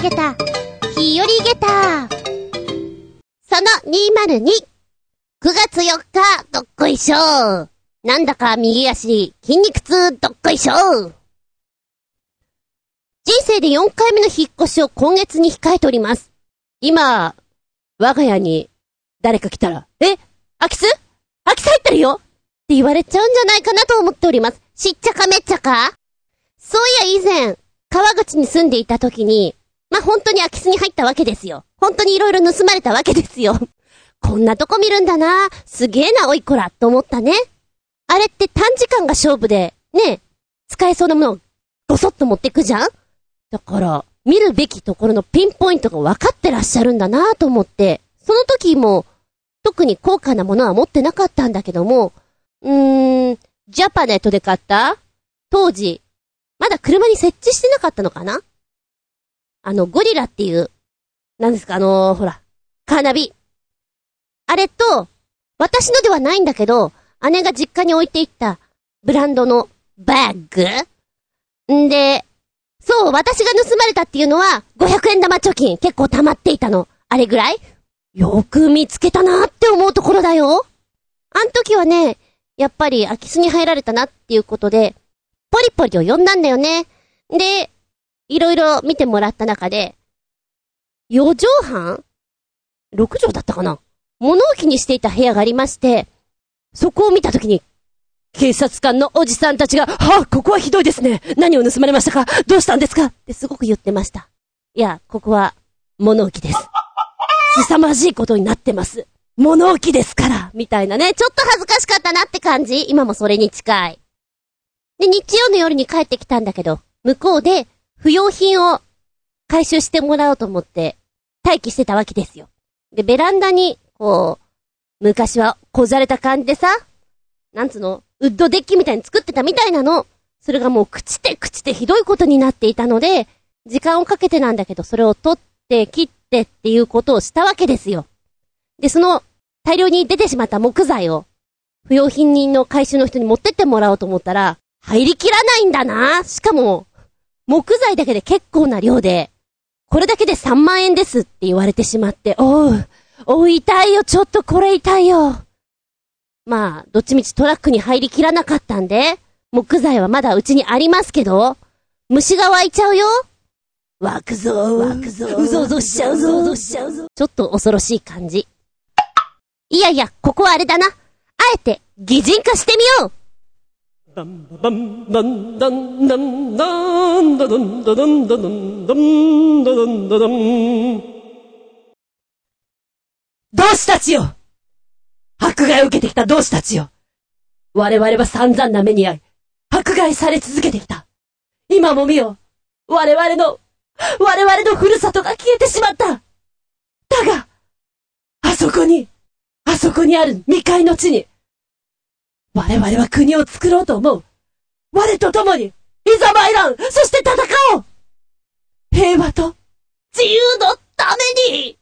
げた、日和げた。その202。9月4日、どっこいしょ。なんだか右足、筋肉痛、どっこいしょ。人生で4回目の引っ越しを今月に控えております。今、我が家に誰か来たら、空き巣入ってるよって言われちゃうんじゃないかなと思っております。しっちゃかめっちゃか。そういや以前、川口に住んでいた時に、本当に空き巣に入ったわけですよ。本当に色々盗まれたわけですよ。こんなとこ見るんだな、すげえなおいこらと思ったね。あれって短時間が勝負で、ね、使えそうなものをごそっと持ってくじゃん。だから、見るべきところのピンポイントが分かってらっしゃるんだなと思って、その時も、特に高価なものは持ってなかったんだけども、ジャパネットで買った当時、まだ車に設置してなかったのかな。ゴリラっていう、なんですか、ほら、カーナビ。あれと、私のではないんだけど、姉が実家に置いていったブランドのバッグんで、そう、私が盗まれたっていうのは、500円玉貯金結構溜まっていたの。あれぐらいよく見つけたなって思うところだよ。あん時はね、やっぱり空き巣に入られたなっていうことで、ポリポリを呼んだんだよね。で、いろいろ見てもらった中で、4畳半 ?6 畳だったかな、物置にしていた部屋がありまして、そこを見たときに、警察官のおじさんたちが、ここはひどいですね。何を盗まれましたか？どうしたんですか？ってすごく言ってました。いや、ここは物置です。凄まじいことになってます。物置ですから、みたいなね。ちょっと恥ずかしかったなって感じ。今もそれに近い。で、日曜の夜に帰ってきたんだけど、向こうで不要品を回収してもらおうと思って待機してたわけですよ。で、ベランダに、昔はこじゃれた感じでさ、なんつの、ウッドデッキみたいに作ってたみたいなの。それがもう朽ちてひどいことになっていたので、時間をかけてなんだけど、それを取って切ってっていうことをしたわけですよ。で、その大量に出てしまった木材を不要品人の回収の人に持ってってもらおうと思ったら、入りきらないんだな。しかも、木材だけで結構な量で、これだけで3万円ですって言われてしまって、痛いよ、ちょっとこれ痛いよ。どっちみちトラックに入りきらなかったんで、木材はまだうちにありますけど、虫が湧いちゃうよ。湧くぞ、うぞうぞしちゃうぞ。ちょっと恐ろしい感じ。いやいや、ここはあれだな。あえて、擬人化してみよう。どうしたちよ、迫害を受けてきた同志たちよ。我々は散々な目に遭い、迫害され続けてきた。今も見よ、我々のふるさとが消えてしまった。だが、あそこにある未開の地に、我々は国を作ろうと思う。我と共に、いざ参らん、そして戦おう。平和と自由のために。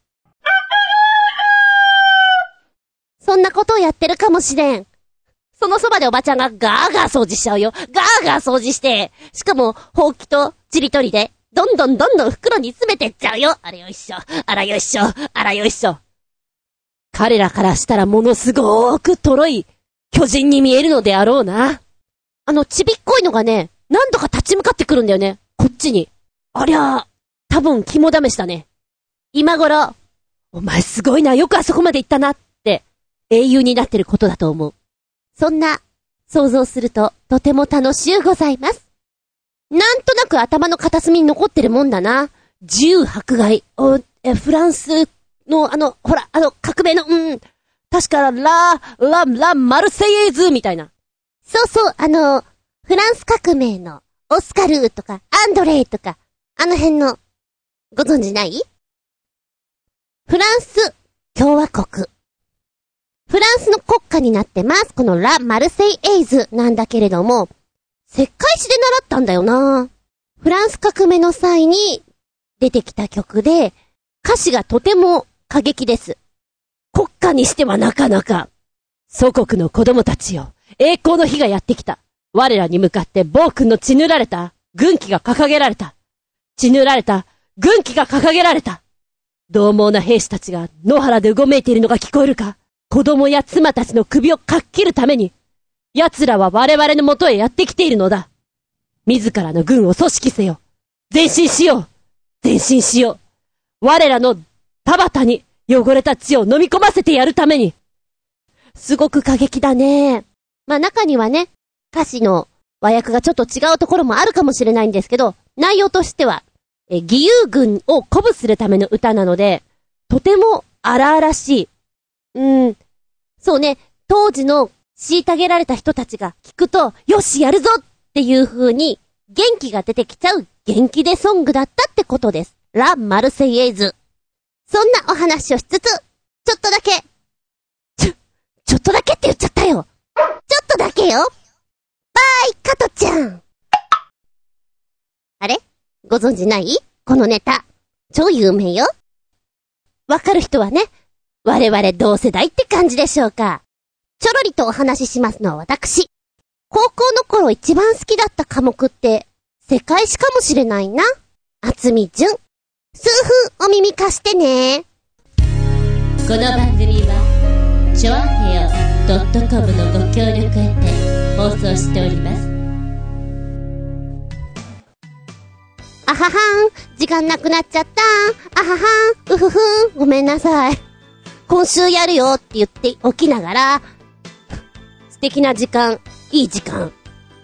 そんなことをやってるかもしれん。そのそばでおばちゃんがガーガー掃除しちゃうよ。ガーガー掃除して、しかも、ほうきとちりとりで、どんどん袋に詰めてっちゃうよ。あれよいしょ、あらよいしょ、あらよいしょ。彼らからしたらものすごーくとろい巨人に見えるのであろうな。ちびっこいのがね、何度か立ち向かってくるんだよね。こっちに。ありゃ、多分肝試しだね。今頃、お前すごいな、よくあそこまで行ったなって、英雄になってることだと思う。そんな、想像すると、とても楽しゅうございます。なんとなく頭の片隅に残ってるもんだな。自由迫害。フランスのほら、革命の、確かマルセイエーズみたいな。そうそう、フランス革命のオスカルーとか、アンドレイとか、あの辺の、ご存知ない？フランス共和国。フランスの国家になってます。このマルセイエーズなんだけれども、石灰詩で習ったんだよな。フランス革命の際に出てきた曲で、歌詞がとても過激です。国家にしてはなかなか。祖国の子供たちよ、栄光の日がやってきた。我らに向かって暴君の血塗られた軍旗が掲げられた。血塗られた軍旗が掲げられた。獰猛な兵士たちが野原でうごめいているのが聞こえるか。子供や妻たちの首をかっ切るために、奴らは我々の元へやってきているのだ。自らの軍を組織せよ。前進しよう。前進しよう。我らの田畑に汚れた血を飲み込ませてやるために。すごく過激だね。まあ中にはね、歌詞の和訳がちょっと違うところもあるかもしれないんですけど、内容としては、義勇軍を鼓舞するための歌なので、とても荒々しい。そうね、当時の虐げられた人たちが聞くと、よしやるぞっていう風に元気が出てきちゃう元気でソングだったってことです。ラ・マルセイエーズ。そんなお話をしつつ、ちょっとだけって言っちゃったよ。ちょっとだけよ。バイ、カトちゃん。あれ？ご存知ない？このネタ。超有名よ。わかる人はね、我々同世代って感じでしょうか。ちょろりとお話ししますのは私。高校の頃一番好きだった科目って、世界史かもしれないな。厚み純。数分お耳貸してね。この番組は、ちょあへよ.com のご協力へて放送しております。あははん、時間なくなっちゃった。あははん、うふふん、ごめんなさい。今週やるよって言っておきながら、素敵な時間、いい時間。まただよ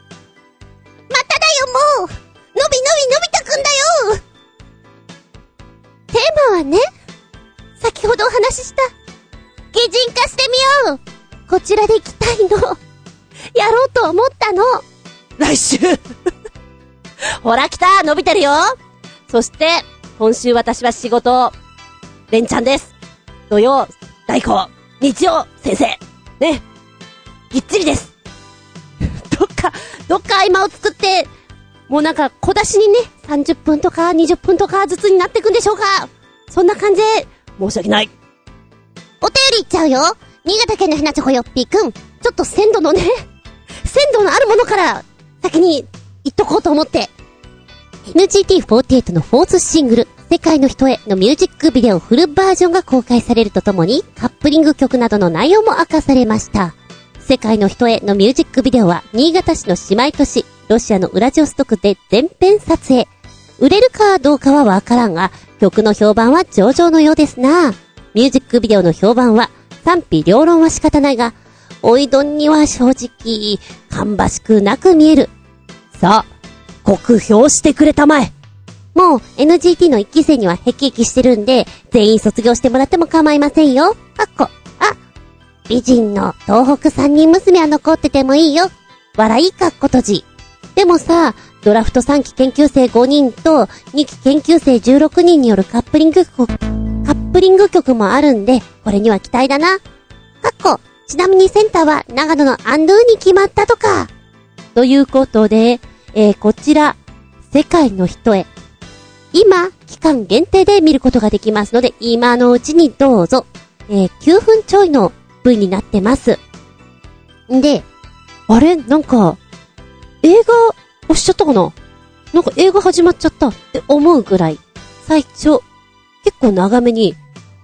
もう、のび太くんだよ。テーマはね、先ほどお話しした、擬人化してみよう。こちらで行きたいの。やろうと思ったの。来週ほら来た、伸びてるよ。そして今週私は仕事連チャンです。土曜代行、日曜先生ね、ぎっちりです。どっか合間を作って、もうなんか小出しにね、30分とか20分とかずつになってくんでしょうか。そんな感じで申し訳ない。お便りいっちゃうよ。新潟県のひなちょこよっぴーくん、ちょっと鮮度のあるものから先に言っとこうと思って。NGT48 のフォースシングル、世界の人へのミュージックビデオフルバージョンが公開されるとともに、カップリング曲などの内容も明かされました。世界の人へのミュージックビデオは、新潟市の姉妹都市、ロシアのウラジオストクで全編撮影。売れるかどうかはわからんが、曲の評判は上々のようですな。ミュージックビデオの評判は、賛否両論は仕方ないが、おいどんには正直、芳しくなく見える。さあ、酷評してくれたまえ。もう NGT の1期生にはヘキヘキしてるんで、全員卒業してもらっても構いませんよ。美人の東北3人娘は残っててもいいよ。笑いかっこ閉じ。でもさ、ドラフト3期研究生5人と2期研究生16人によるカップリング曲もあるんで、これには期待だな。ちなみにセンターは長野のアンドゥに決まったとか。ということで、こちら、世界の人へ。今、期間限定で見ることができますので、今のうちにどうぞ。9分ちょいのV になってます。んで、あれなんか、映画押しちゃったかな？なんか映画始まっちゃったって思うぐらい、最初、結構長めに、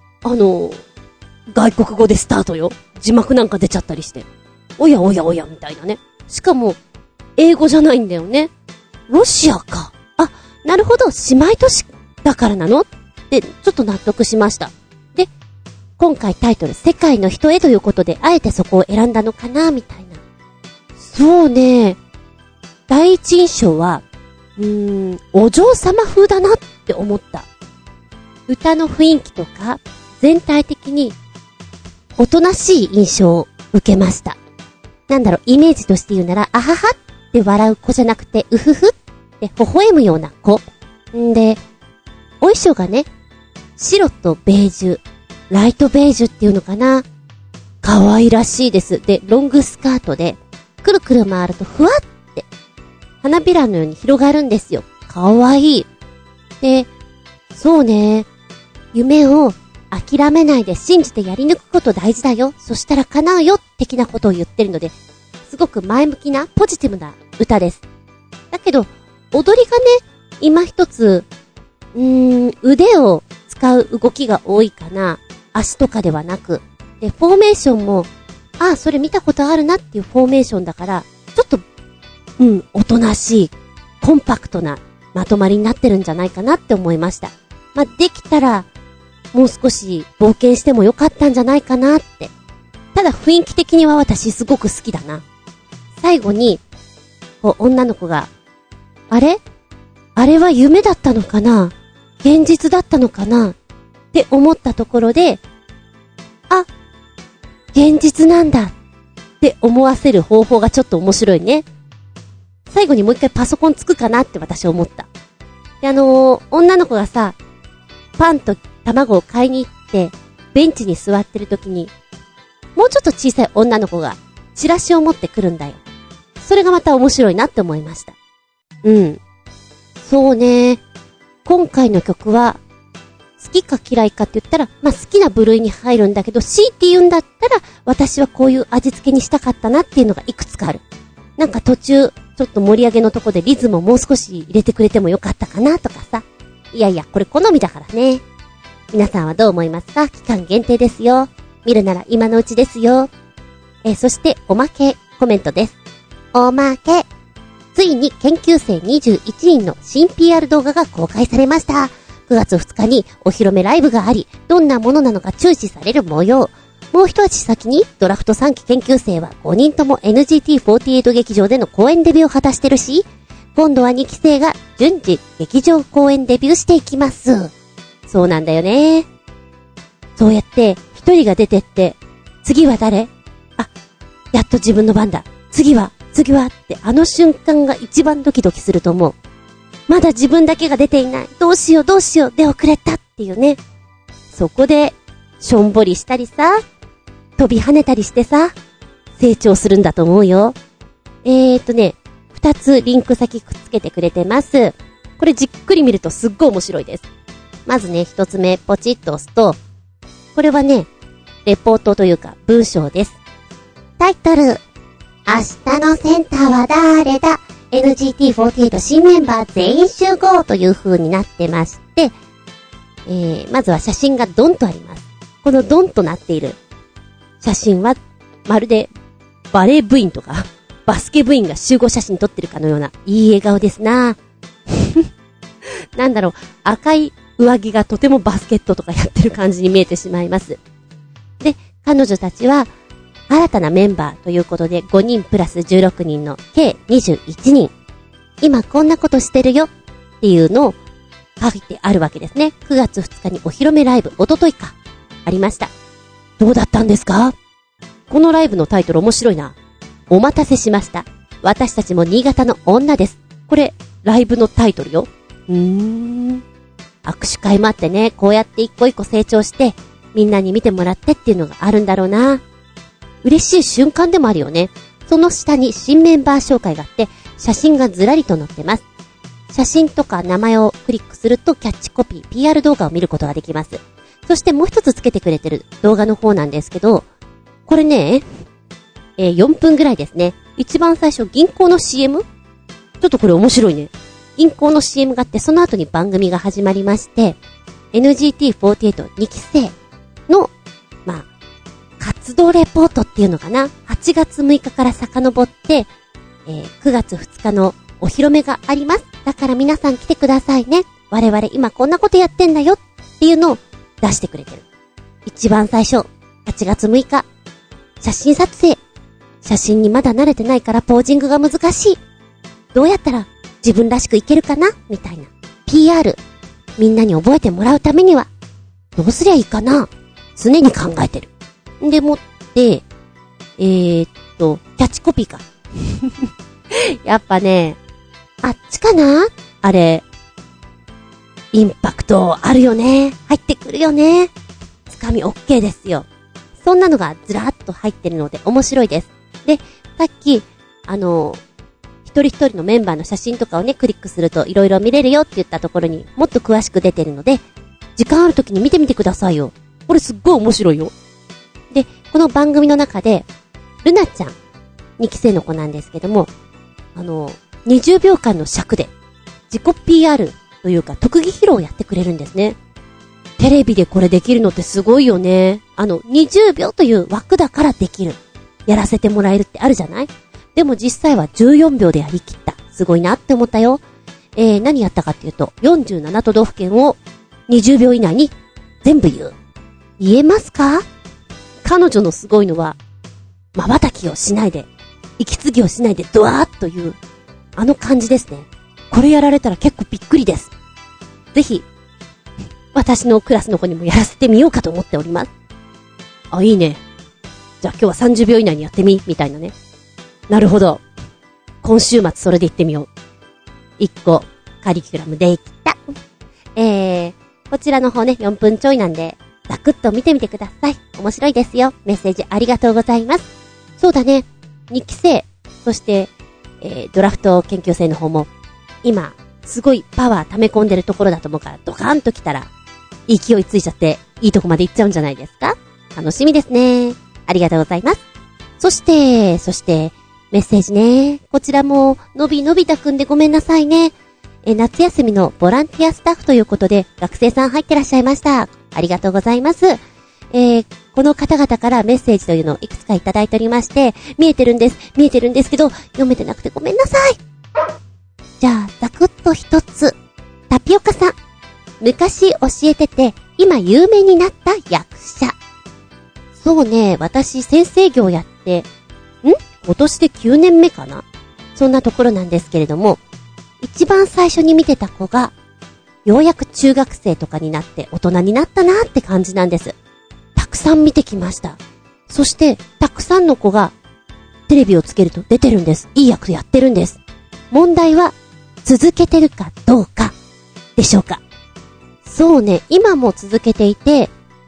外国語でスタートよ。字幕なんか出ちゃったりして。おやおやおやみたいなね。しかも、英語じゃないんだよね。ロシアか。なるほど、姉妹都市だからなのって、ちょっと納得しました。で、今回タイトル、世界の人へということで、あえてそこを選んだのかな、みたいな。そうね。第一印象は、お嬢様風だなって思った。歌の雰囲気とか、全体的に、おとなしい印象を受けました。イメージとして言うなら、あははって笑う子じゃなくて、うふふって微笑むような子。んで、お衣装がね、白とベージュ、ライトベージュっていうのかな。可愛らしいです。で、ロングスカートで、くるくる回るとふわって、花びらのように広がるんですよ。可愛い。で、そうね、夢を諦めないで信じてやり抜くこと大事だよ。そしたら叶うよ、的なことを言ってるので、すごく前向きなポジティブな歌です。だけど、踊りがね、今一つ、 腕を使う動きが多いかな。足とかではなく。で、フォーメーションも、それ見たことあるなっていうフォーメーションだから、ちょっと、おとなしい、コンパクトなまとまりになってるんじゃないかなって思いました。できたら、もう少し冒険してもよかったんじゃないかなって。ただ雰囲気的には私すごく好きだな。最後に、女の子が、あれは夢だったのかな？現実だったのかな？って思ったところで、現実なんだって思わせる方法がちょっと面白いね。最後にもう一回パソコンつくかなって私思った。で、女の子がさ、パンと卵を買いに行って、ベンチに座ってる時に、もうちょっと小さい女の子がチラシを持ってくるんだよ。それがまた面白いなって思いました。そうね。今回の曲は、好きか嫌いかって言ったら、好きな部類に入るんだけど、強いて言うんだったら、私はこういう味付けにしたかったなっていうのがいくつかある。なんか途中、ちょっと盛り上げのとこでリズムをもう少し入れてくれてもよかったかなとかさ。いやいや、これ好みだからね。皆さんはどう思いますか？期間限定ですよ。見るなら今のうちですよ。そして、おまけコメントです。おまけ。ついに研究生21人の新 PR 動画が公開されました。9月2日にお披露目ライブがあり、どんなものなのか注視される模様。もう一足先にドラフト3期研究生は5人とも NGT48 劇場での公演デビューを果たしてるし、今度は2期生が順次劇場公演デビューしていきます。そうなんだよね。そうやって一人が出てって、次は誰？やっと自分の番だ。次はってあの瞬間が一番ドキドキすると思う。まだ自分だけが出ていない。どうしようで遅れたっていうね。そこでしょんぼりしたりさ、飛び跳ねたりしてさ、成長するんだと思うよ。2つリンク先くっつけてくれてます。これじっくり見るとすっごい面白いです。まずね、一つ目ポチッと押すと、これはね、レポートというか文章です。タイトル、明日のセンターは誰だ？ NGT48 新メンバー全員集合という風になってまして、まずは写真がドンとあります。このドンとなっている写真は、まるでバレー部員とかバスケ部員が集合写真撮ってるかのようないい笑顔ですな。なんだろう、赤い上着がとてもバスケットとかやってる感じに見えてしまいます。で、彼女たちは新たなメンバーということで5人プラス16人の計21人。今こんなことしてるよっていうのを書いてあるわけですね。9月2日にお披露目ライブ、おとといか、ありました。どうだったんですか？このライブのタイトル面白いな。お待たせしました。私たちも新潟の女です。これ、ライブのタイトルよ。握手会もあってね、こうやって一個一個成長して、みんなに見てもらってっていうのがあるんだろうな。嬉しい瞬間でもあるよね。その下に新メンバー紹介があって、写真がずらりと載ってます。写真とか名前をクリックするとキャッチコピー、PR 動画を見ることができます。そしてもう一つつけてくれてる動画の方なんですけど、これね、4分ぐらいですね。一番最初銀行の CM？ ちょっとこれ面白いね。銀行の CM があって、その後に番組が始まりまして、NGT48 2期生の、活動レポートっていうのかな。8月6日から遡って、9月2日のお披露目があります。だから皆さん来てくださいね。我々今こんなことやってんだよっていうのを出してくれてる。一番最初、8月6日、写真撮影。写真にまだ慣れてないからポージングが難しい。どうやったら自分らしくいけるかなみたいな。PR。みんなに覚えてもらうためには、どうすりゃいいかな常に考えてる。でもって、キャッチコピーか。やっぱね、あっちかなあれ、インパクトあるよね。入ってくるよね。つかみ OK ですよ。そんなのがずらーっと入ってるので面白いです。で、さっき、一人一人のメンバーの写真とかをね、クリックするといろいろ見れるよって言ったところにもっと詳しく出てるので、時間ある時に見てみてくださいよ。これすっごい面白いよ。で、この番組の中で、ルナちゃん、2期生の子なんですけども、20秒間の尺で、自己 PR というか特技披露をやってくれるんですね。テレビでこれできるのってすごいよね。20秒という枠だからできる。やらせてもらえるってあるじゃない？でも実際は14秒でやりきった。すごいなって思ったよ。何やったかっていうと、47都道府県を20秒以内に全部言う。言えますか？彼女のすごいのは、瞬きをしないで、息継ぎをしないでドワーッという、あの感じですね。これやられたら結構びっくりです。ぜひ、私のクラスの子にもやらせてみようかと思っております。あ、いいね。じゃあ今日は30秒以内にやってみ、みたいなね。なるほど。今週末それで行ってみよう。1個、カリキュラムできた。こちらの方ね、4分ちょいなんで、ざくっと見てみてください。面白いですよ。メッセージありがとうございます。そうだね。2期生、そして、ドラフト研究生の方も、今、すごいパワー溜め込んでるところだと思うから、ドカーンと来たら、勢いついちゃって、いいとこまで行っちゃうんじゃないですか？楽しみですね。ありがとうございます。そして、メッセージね。こちらも、のびたくんでごめんなさいね。夏休みのボランティアスタッフということで、学生さん入ってらっしゃいました。ありがとうございます。この方々からメッセージというのをいくつかいただいておりまして、見えてるんですけど、読めてなくてごめんなさい。じゃあ、ざくっと一つ。タピオカさん。昔教えてて、今有名になった役者。そうね、私先生業やって、今年で9年目かな？そんなところなんですけれども、一番最初に見てた子が、ようやく中学生とかになって大人になったなって感じなんです。たくさん見てきました。そして、たくさんの子が、テレビをつけると出てるんです。いい役やってるんです。問題は、続けてるかどうか、でしょうか。そうね、今も続けていて、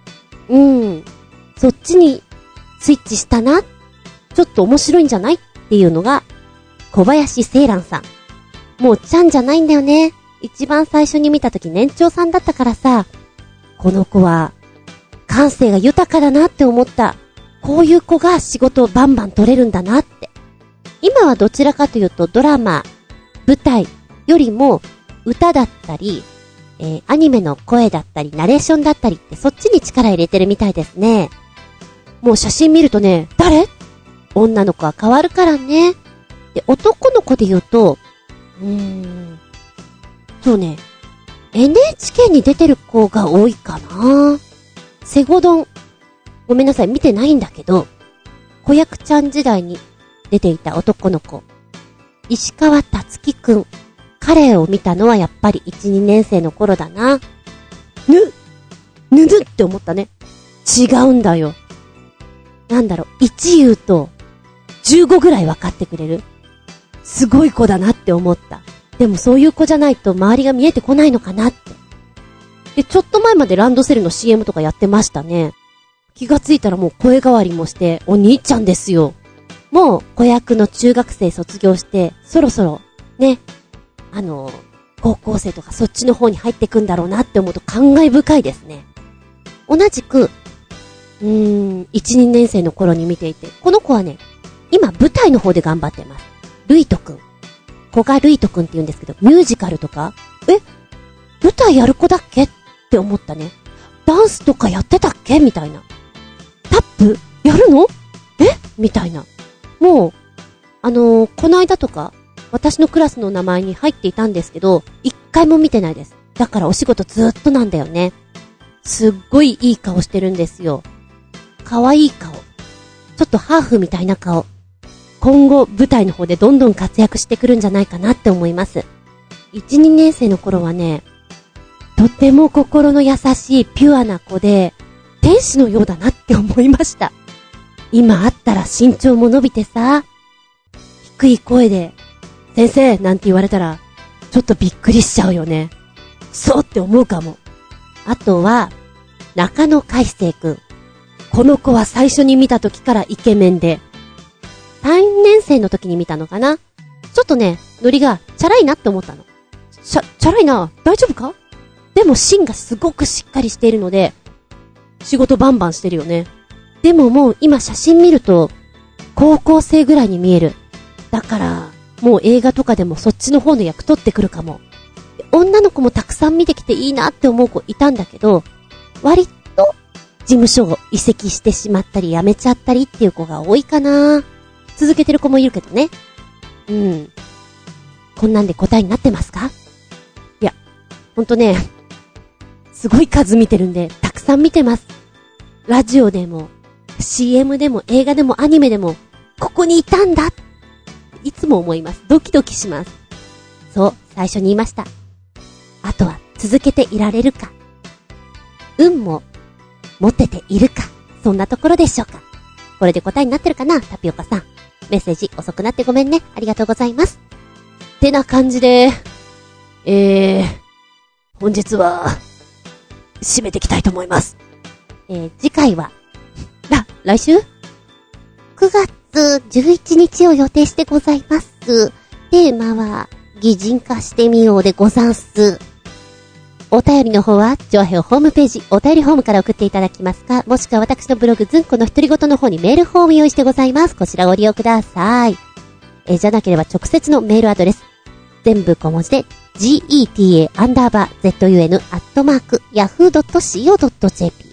そっちにスイッチしたな、ちょっと面白いんじゃないっていうのが、小林聖蘭さん。もうちゃんじゃないんだよね。一番最初に見たとき年長さんだったからさ、この子は、感性が豊かだなって思った。こういう子が仕事をバンバン取れるんだなって。今はどちらかというとドラマ、舞台よりも歌だったり、アニメの声だったり、ナレーションだったりってそっちに力入れてるみたいですね。もう写真見るとね、誰？女の子は変わるからね。で、男の子で言うと、そうね、NHK に出てる子が多いかな。セゴドン。ごめんなさい、見てないんだけど、子役ちゃん時代に出ていた男の子。石川達樹くん。彼を見たのはやっぱり1、2年生の頃だな。ぬって思ったね。違うんだよ。なんだろう、1言うと15ぐらい分かってくれる。すごい子だなって思った。でもそういう子じゃないと周りが見えてこないのかなって。で、ちょっと前までランドセルの CM とかやってましたね。気がついたらもう声変わりもして、お兄ちゃんですよ。もう子役の中学生卒業して、そろそろ、ね、高校生とかそっちの方に入ってくんだろうなって思うと感慨深いですね。同じく、1、2年生の頃に見ていて、この子はね、今舞台の方で頑張ってます。ルイトくん。古賀ルイトくんって言うんですけど、ミュージカルとか、舞台やる子だっけって思ったね。ダンスとかやってたっけみたいな。タップやるの？みたいな。もう、この間とか、私のクラスの名前に入っていたんですけど、一回も見てないです。だからお仕事ずっとなんだよね。すっごいいい顔してるんですよ。かわいい顔。ちょっとハーフみたいな顔。今後舞台の方でどんどん活躍してくるんじゃないかなって思います。1、2年生の頃はね、とても心の優しいピュアな子で、天使のようだなって思いました。今会ったら身長も伸びてさ、低い声で、先生なんて言われたら、ちょっとびっくりしちゃうよね。そうって思うかも。あとは、中野海星くん。この子は最初に見た時からイケメンで、3年生の時に見たのかな。ちょっとね、ノリがチャラいなって思ったの。チャラいな、大丈夫か？でも芯がすごくしっかりしているので、仕事バンバンしてるよね。でももう今写真見ると、高校生ぐらいに見える。だから、もう映画とかでもそっちの方の役取ってくるかも。 女の子もたくさん見てきていいなって思う子いたんだけど、割と事務所を移籍してしまったり辞めちゃったりっていう子が多いかな。続けてる子もいるけどね。こんなんで答えになってますか？いや、ほんとね、すごい数見てるんで、たくさん見てます。ラジオでも、CM でも、映画でも、アニメでも、ここにいたんだ。いつも思います。ドキドキします。そう、最初に言いました。あとは、続けていられるか。運も、持ってているか。そんなところでしょうか。これで答えになってるかな、タピオカさん。メッセージ遅くなってごめんね。ありがとうございます。ってな感じで、本日は、締めていきたいと思います。次回は、来週 ?9 月11日を予定してございます。テーマは、擬人化してみようでござんす。お便りの方は、チョアヘオホームページ、お便りフォームから送っていただきますか、もしくは私のブログ、ズンコの独り言の方にメールフォーム用意してございます。こちらをご利用ください。じゃなければ直接のメールアドレス。全部小文字で、geta_zun@yahoo.co.jp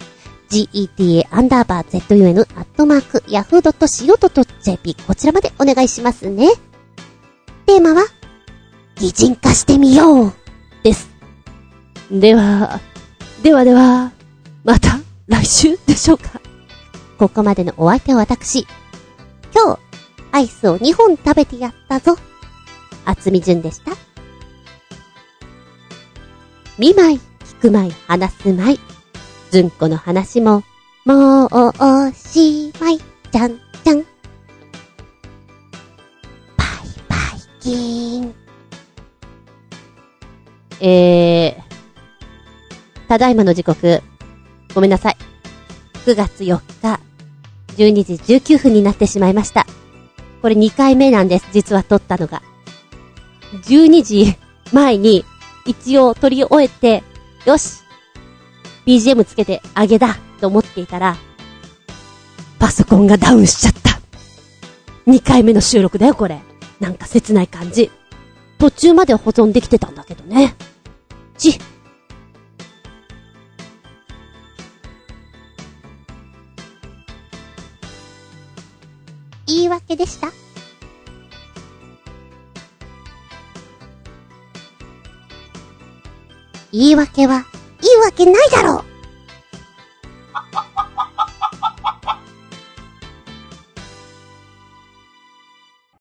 geta_zun@yahoo.co.jp こちらまでお願いしますね。テーマは、擬人化してみようです。では、また来週でしょうか。ここまでのお相手は私。今日、アイスを2本食べてやったぞ。あつみじゅんでした。見舞い、聞く舞い、話す舞い。ずんこの話も、もうおしまい。じゃんじゃん。バイバイキーン。ただいまの時刻、ごめんなさい。9月4日、12時19分になってしまいました。これ2回目なんです、実は撮ったのが。12時前に一応撮り終えて、よし BGM つけてあげだと思っていたら、パソコンがダウンしちゃった。2回目の収録だよこれ。なんか切ない感じ。途中まで保存できてたんだけどね。言い訳でした。言い訳はいいわけないだろう。